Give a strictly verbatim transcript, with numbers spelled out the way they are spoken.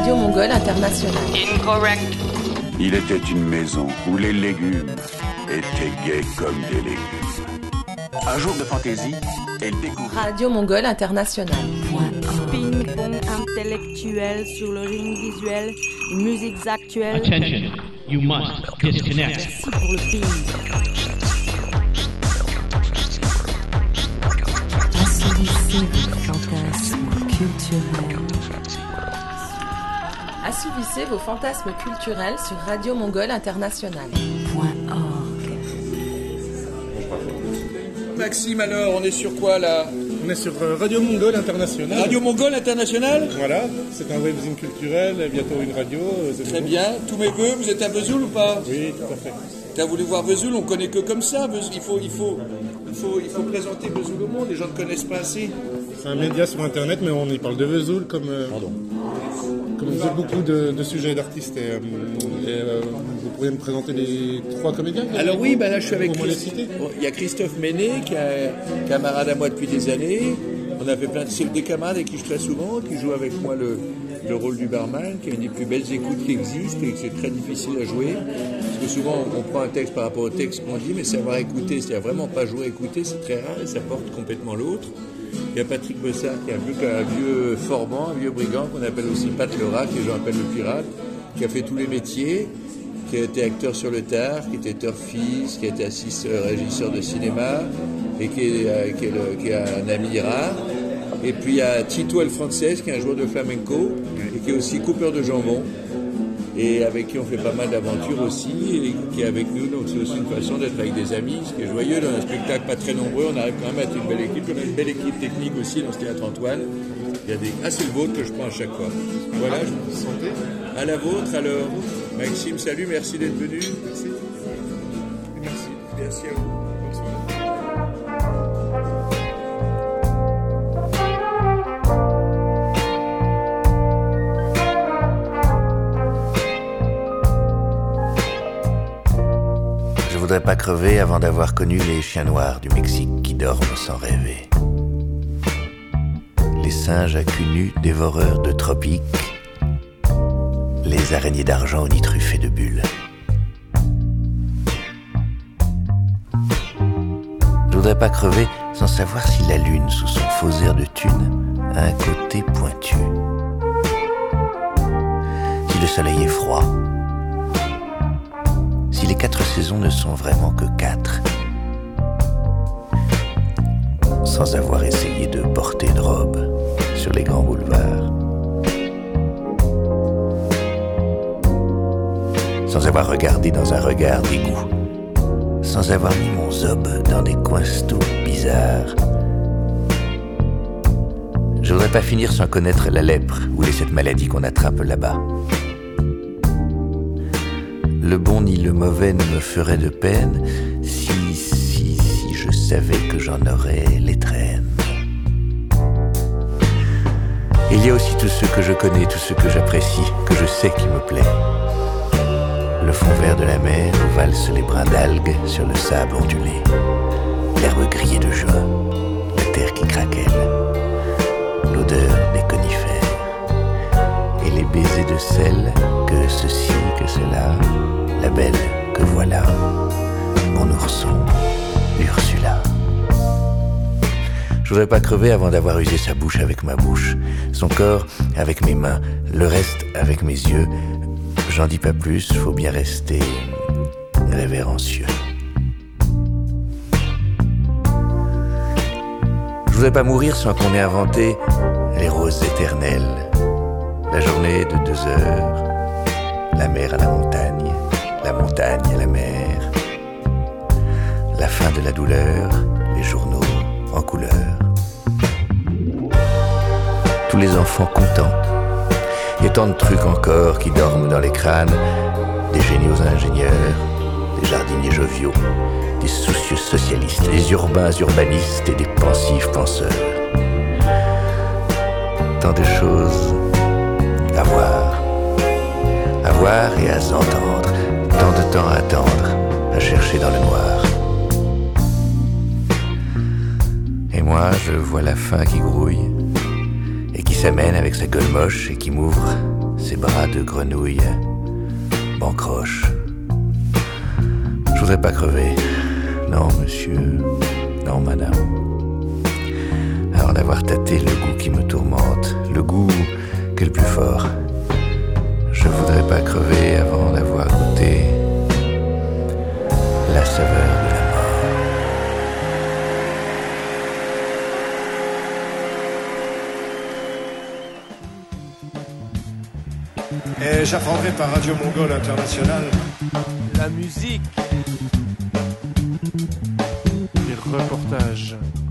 Radio Mongole Internationale. Incorrect. Il était une maison où les légumes étaient gays comme des légumes. Un jour de fantaisie, elle découvre... Radio Mongole Internationale. Ping-pong intellectuel sur le ring visuel, musiques actuelles. Attention, you must disconnect. Merci pour le ping. Assouvissez vos fantasmes culturels. Assouvissez vos fantasmes culturels sur Radio Mongole Internationale. Maxime, alors, on est sur quoi là ? On est sur Radio Mongole Internationale. Radio Mongole Internationale ? Voilà, c'est un webzine culturel, bientôt une radio. Très bien, tous mes vœux, vous êtes à Vesoul ou pas ? Oui, tout à fait. T'as voulu voir Vesoul, on connaît que comme ça. Il faut, il faut, il faut, il faut présenter Vesoul au monde, les gens ne connaissent pas assez. C'est un média sur internet, mais on y parle de Vesoul comme... Euh, Pardon. Comme vous avez beaucoup de, de sujets et d'artistes. Et, euh, et, euh, vous pourriez me présenter les trois comédiens ? Alors oui, ben là je suis avec... Christ... Christ... Il y a Christophe Méné, qui est camarade à moi depuis des années. On a fait plein de... C'est des camarades avec qui je suis très souvent, qui joue avec moi le, le rôle du barman, qui est une des plus belles écoutes qui existent et que c'est très difficile à jouer. Parce que souvent on prend un texte par rapport au texte qu'on dit, mais savoir écouter, c'est-à-dire vraiment pas jouer, écouter, c'est très rare et ça porte complètement l'autre. Il y a Patrick Bossard qui est un vieux, un vieux formant, un vieux brigand qu'on appelle aussi Pat Lerat, que les gens appellent le pirate, qui a fait tous les métiers, qui a été acteur sur le tard, qui était turfiste, qui a été assistant régisseur de cinéma et qui est, euh, qui, est le, qui est un ami rare. Et puis il y a Tito El Frances qui est un joueur de flamenco et qui est aussi coupeur de jambon et avec qui on fait pas mal d'aventures aussi et qui est avec nous, donc c'est aussi une façon d'être avec des amis, ce qui est joyeux dans un spectacle pas très nombreux, on arrive quand même à être une belle équipe, on a une belle équipe technique aussi dans ce théâtre Antoine. Il y a des... Ah, c'est le vôtre que je prends à chaque fois. Voilà, je vous santé. À la vôtre alors. Maxime, salut, merci d'être venu. Merci. Merci. Merci à vous. Je voudrais pas crever avant d'avoir connu les chiens noirs du Mexique qui dorment sans rêver. Les singes à cul nu dévoreurs de tropiques, les araignées d'argent au nid truffé de bulles. Je voudrais pas crever sans savoir si la lune, sous son faux air de thune, a un côté pointu. Si le soleil est froid, si les quatre saisons ne sont vraiment que quatre, sans avoir essayé de porter une robe sur les grands boulevards, sans avoir regardé dans un regard d'égout, sans avoir mis mon zob dans des coinstos bizarres. Je voudrais pas finir sans connaître la lèpre ou les sept maladies qu'on attrape là-bas. Le bon ni le mauvais ne me ferait de peine si, si, si je savais que j'en aurais les traînes. Il y a aussi tous ceux que je connais, tous ceux que j'apprécie, que je sais qui me plaît. Le fond vert de la mer où valsent les brins d'algues sur le sable ondulé, l'herbe grillée de juin, la terre qui craquelle, l'odeur des conifères et les baisers de sel que ceci, que cela, la belle que voilà, mon ourson, Ursula. Je voudrais pas crever avant d'avoir usé sa bouche avec ma bouche, son corps avec mes mains, le reste avec mes yeux. J'en dis pas plus, faut bien rester révérencieux. Je voudrais pas mourir sans qu'on ait inventé les roses éternelles, la journée de deux heures, la mer à la montagne, la montagne à la mer, la fin de la douleur, les journaux en couleur. Tous les enfants contents, il y a tant de trucs encore qui dorment dans les crânes, des géniaux ingénieurs, des jardiniers joviaux, des soucieux socialistes, des urbains urbanistes et des pensifs penseurs. Tant de choses à voir, à voir et à s'entendre, tant de temps à attendre, à chercher dans le noir. Et moi, je vois la faim qui grouille, et qui s'amène avec sa gueule moche et qui m'ouvre ses bras de grenouille m'encrochent. Je voudrais pas crever. Non, monsieur. Non, madame. À en avoir tâté le goût qui me tourmente, le goût qui est le plus fort. Je voudrais pas crever avant d'avoir goûté la saveur de la mort. Et j'apprendrai par Radio Mongol International la musique, les reportages.